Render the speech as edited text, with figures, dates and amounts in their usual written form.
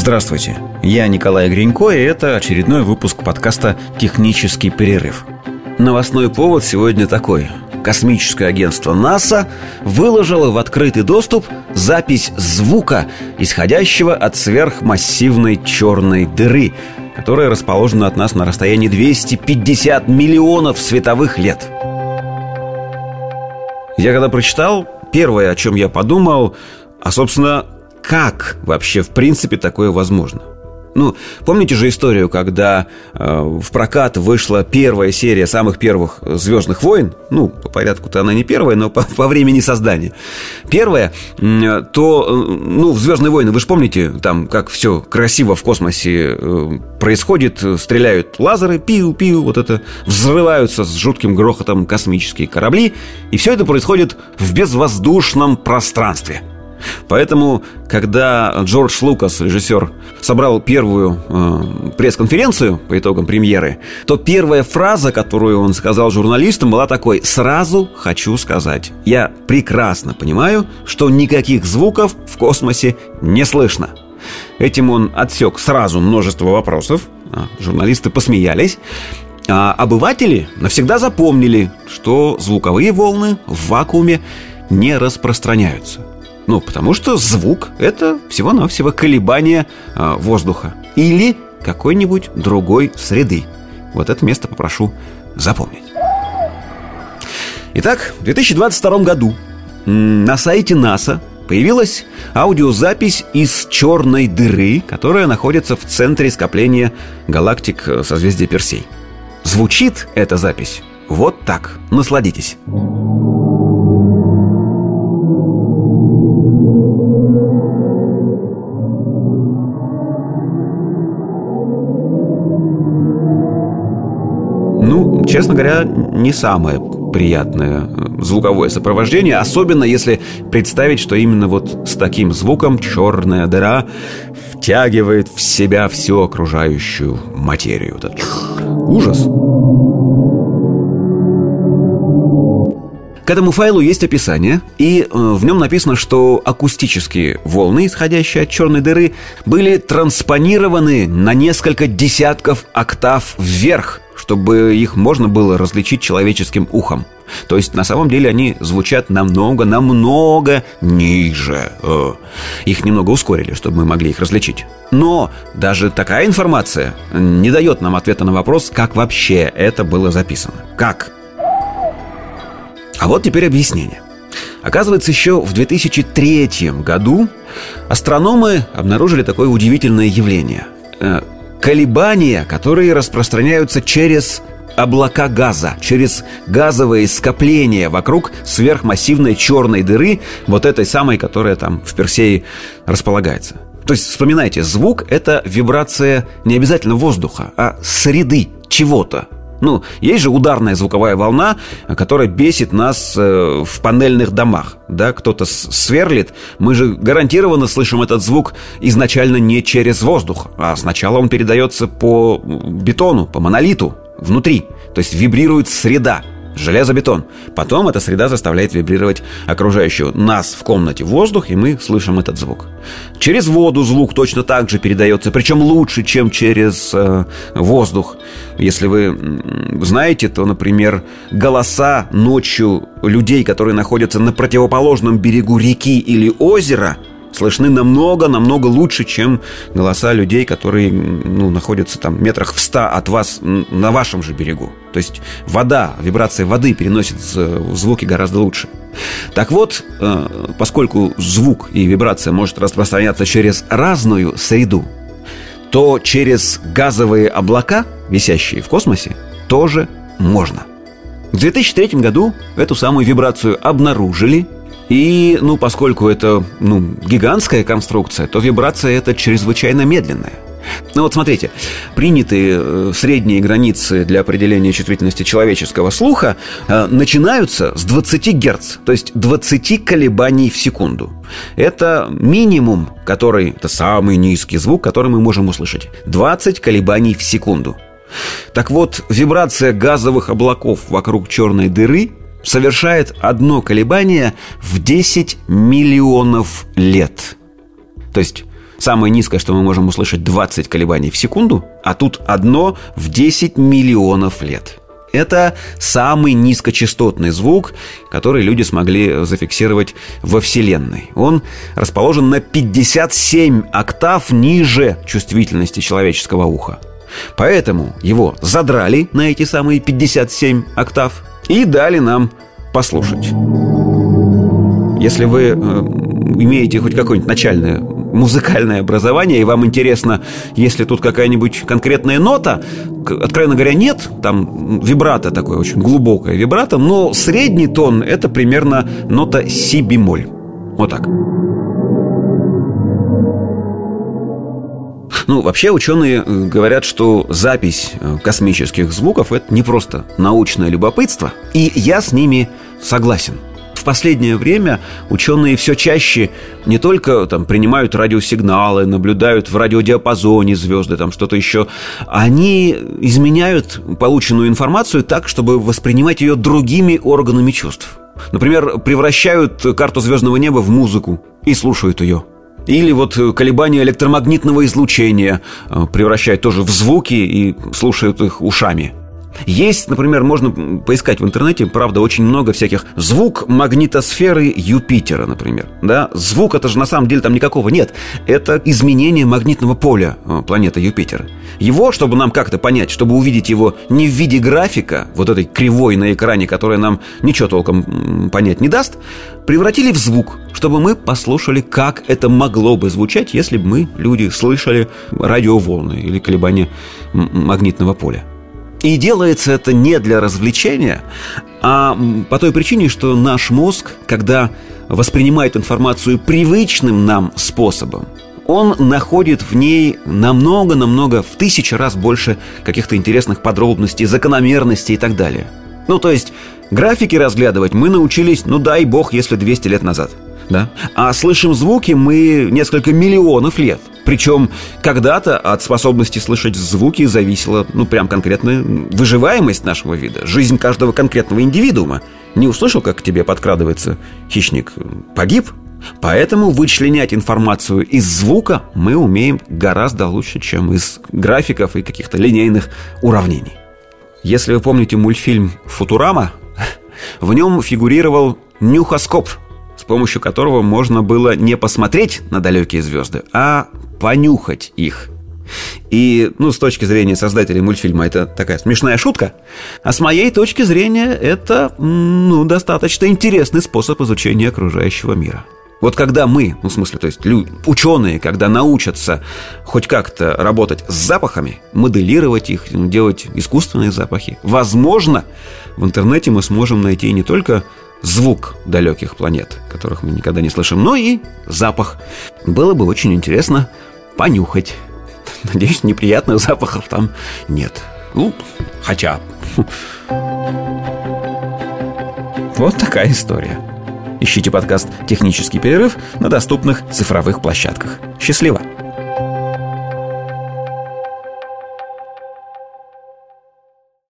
Здравствуйте, я Николай Гринько, и это очередной выпуск подкаста «Технический перерыв». Новостной повод сегодня такой. Космическое агентство НАСА выложило в открытый доступ запись звука, исходящего от сверхмассивной черной дыры, которая расположена от нас на расстоянии 250 миллионов световых лет. Я когда прочитал, первое, о чем я подумал, собственно, как вообще в принципе такое возможно? Помните же историю, когда в прокат вышла первая серия самых первых «Звездных войн»? По порядку-то она не первая, но по времени создания. Первая, то, в «Звездные войны», вы же помните, там, как все красиво в космосе происходит, стреляют лазеры, пиу-пиу, вот это, взрываются с жутким грохотом космические корабли, и все это происходит в безвоздушном пространстве. Поэтому, когда Джордж Лукас, режиссер, собрал первую пресс-конференцию по итогам премьеры, то первая фраза, которую он сказал журналистам, была такой: «Сразу хочу сказать, я прекрасно понимаю, что никаких звуков в космосе не слышно». Этим он отсек сразу множество вопросов, журналисты посмеялись, а обыватели навсегда запомнили, что звуковые волны в вакууме не распространяются. Потому что звук – это всего-навсего колебание воздуха или какой-нибудь другой среды. Вот это место попрошу запомнить. Итак, в 2022 году на сайте НАСА появилась аудиозапись из черной дыры, которая находится в центре скопления галактик созвездия Персей. Звучит эта запись вот так. Насладитесь. Честно говоря, не самое приятное звуковое сопровождение, особенно если представить, что именно вот с таким звуком черная дыра втягивает в себя всю окружающую материю. Это ужас. К этому файлу есть описание, и в нем написано, что акустические волны, исходящие от черной дыры, были транспонированы на несколько десятков октав вверх, чтобы их можно было различить человеческим ухом. То есть на самом деле они звучат намного ниже. Их немного ускорили, чтобы мы могли их различить. Но даже такая информация не дает нам ответа на вопрос, как вообще это было записано. Как? А вот теперь объяснение. Оказывается, еще в 2003 году астрономы обнаружили такое удивительное явление. Колебания, которые распространяются через облака газа, через газовые скопления вокруг сверхмассивной черной дыры, вот этой самой, которая там в Персее располагается. То есть, вспоминайте, звук – это вибрация не обязательно воздуха, а среды чего-то. Есть же ударная звуковая волна, которая бесит нас в панельных домах. Да, кто-то сверлит. Мы же гарантированно слышим этот звук изначально не через воздух, а сначала он передается по бетону, по монолиту внутри. То есть вибрирует среда, железобетон. Потом эта среда заставляет вибрировать окружающую нас в комнате воздух, и мы слышим этот звук. Через воду звук точно так же передается, причем лучше, чем через воздух. Если вы знаете, то, например, голоса ночью людей, которые находятся на противоположном берегу реки или озера, слышны намного лучше, чем голоса людей, которые находятся там метрах в 100 от вас на вашем же берегу. То есть вода, вибрация воды переносит звуки гораздо лучше. Так вот, поскольку звук и вибрация может распространяться через разную среду, то через газовые облака, висящие в космосе, тоже можно. В 2003 году эту самую вибрацию обнаружили. И, поскольку это, гигантская конструкция, то вибрация эта чрезвычайно медленная. Смотрите, принятые средние границы для определения чувствительности человеческого слуха начинаются с 20 Гц, то есть 20 колебаний в секунду. Это минимум, это самый низкий звук, который мы можем услышать. 20 колебаний в секунду. Так вот, вибрация газовых облаков вокруг черной дыры совершает одно колебание в 10 миллионов лет. То есть Самое низкое, что мы можем услышать, 20 колебаний в секунду, а тут одно в 10 миллионов лет. Это самый низкочастотный звук, который люди смогли зафиксировать во Вселенной. Он расположен на 57 октав ниже чувствительности человеческого уха. Поэтому его задрали на эти самые 57 октав и дали нам послушать. Если вы имеете хоть какое-нибудь начальное музыкальное образование, и вам интересно, если тут какая-нибудь конкретная нота, откровенно говоря, нет, там вибрато такое, очень глубокое вибрато, но средний тон — это примерно нота си-бемоль. Вот так. Ну, вообще ученые говорят, что запись космических звуков — это не просто научное любопытство, и я с ними согласен. В последнее время ученые все чаще не только принимают радиосигналы, наблюдают в радиодиапазоне звезды, что-то еще. Они изменяют полученную информацию так, чтобы воспринимать ее другими органами чувств. Например, превращают карту звездного неба в музыку и слушают ее. Или колебания электромагнитного излучения превращают тоже в звуки и слушают их ушами. Есть, например, можно поискать в интернете, правда, очень много всяких звук магнитосферы Юпитера, например. Да? Звук, это же на самом деле там никакого нет. Это изменение магнитного поля планеты Юпитер. Его, чтобы нам как-то понять, чтобы увидеть его не в виде графика, вот этой кривой на экране, которая нам ничего толком понять не даст, превратили в звук, чтобы мы послушали, как это могло бы звучать, если бы мы, люди, слышали радиоволны или колебания магнитного поля. И делается это не для развлечения, а по той причине, что наш мозг, когда воспринимает информацию привычным нам способом, он находит в ней намного-намного, в 1000 раз больше каких-то интересных подробностей, закономерностей и так далее. То есть графики разглядывать мы научились, дай бог, если 200 лет назад. Да? А слышим звуки мы несколько миллионов лет. Причем когда-то от способности слышать звуки зависела, прям конкретная выживаемость нашего вида, жизнь каждого конкретного индивидуума. Не услышал, как к тебе подкрадывается хищник, погиб. Поэтому вычленять информацию из звука мы умеем гораздо лучше, чем из графиков и каких-то линейных уравнений. Если вы помните мультфильм «Футурама», в нем фигурировал нюхоскоп, с помощью которого можно было не посмотреть на далекие звезды, а понюхать их. И, с точки зрения создателей мультфильма, это такая смешная шутка. А с моей точки зрения, это, достаточно интересный способ изучения окружающего мира. Вот когда мы, ученые, когда научатся хоть как-то работать с запахами, моделировать их, делать искусственные запахи, возможно, в интернете мы сможем найти не только звук далеких планет, которых мы никогда не слышим, но и запах. Было бы очень интересно понюхать. Надеюсь, неприятных запахов там нет. Хотя. Вот такая история. Ищите подкаст «Технический перерыв» на доступных цифровых площадках. Счастливо!